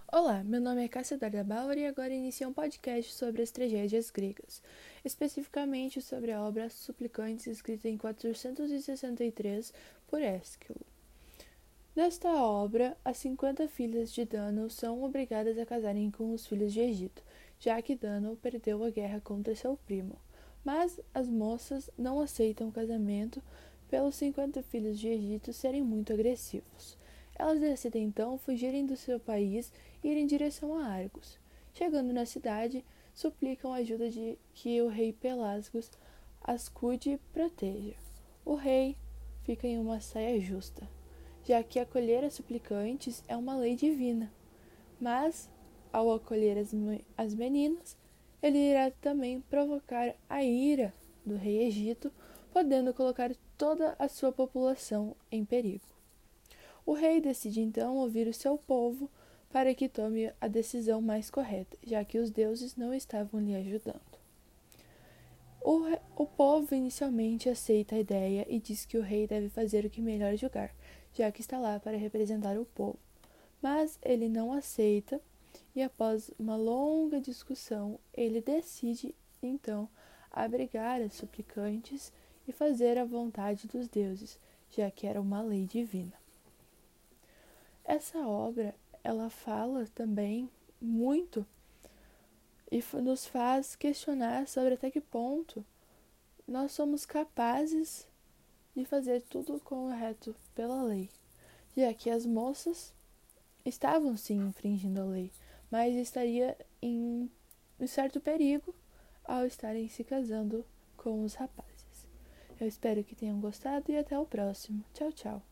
Olá, meu nome é Cássia Darda Bauer e agora inicio um podcast sobre as tragédias gregas, especificamente sobre a obra Suplicantes, escrita em 463 por Ésquilo. Nesta obra, as 50 filhas de Dano são obrigadas a casarem com os filhos de Egito, já que Dano perdeu a guerra contra seu primo. Mas as moças não aceitam o casamento pelos 50 filhos de Egito serem muito agressivos. Elas decidem então fugirem do seu país e ir em direção a Argos. Chegando na cidade, suplicam a ajuda de que o rei Pelasgos as cuide e proteja. O rei fica em uma saia justa, já que acolher as suplicantes é uma lei divina. Mas, ao acolher as meninas, ele irá também provocar a ira do rei Egito, podendo colocar toda a sua população em perigo. O rei decide então ouvir o seu povo para que tome a decisão mais correta, já que os deuses não estavam lhe ajudando. O povo inicialmente aceita a ideia e diz que o rei deve fazer o que melhor julgar, já que está lá para representar o povo. Mas ele não aceita e, após uma longa discussão, ele decide então abrigar as suplicantes e fazer a vontade dos deuses, já que era uma lei divina. Essa obra, ela fala também muito e nos faz questionar sobre até que ponto nós somos capazes de fazer tudo correto pela lei, já que as moças estavam sim infringindo a lei, mas estaria em um certo perigo ao estarem se casando com os rapazes. Eu espero que tenham gostado e até o próximo. Tchau, tchau.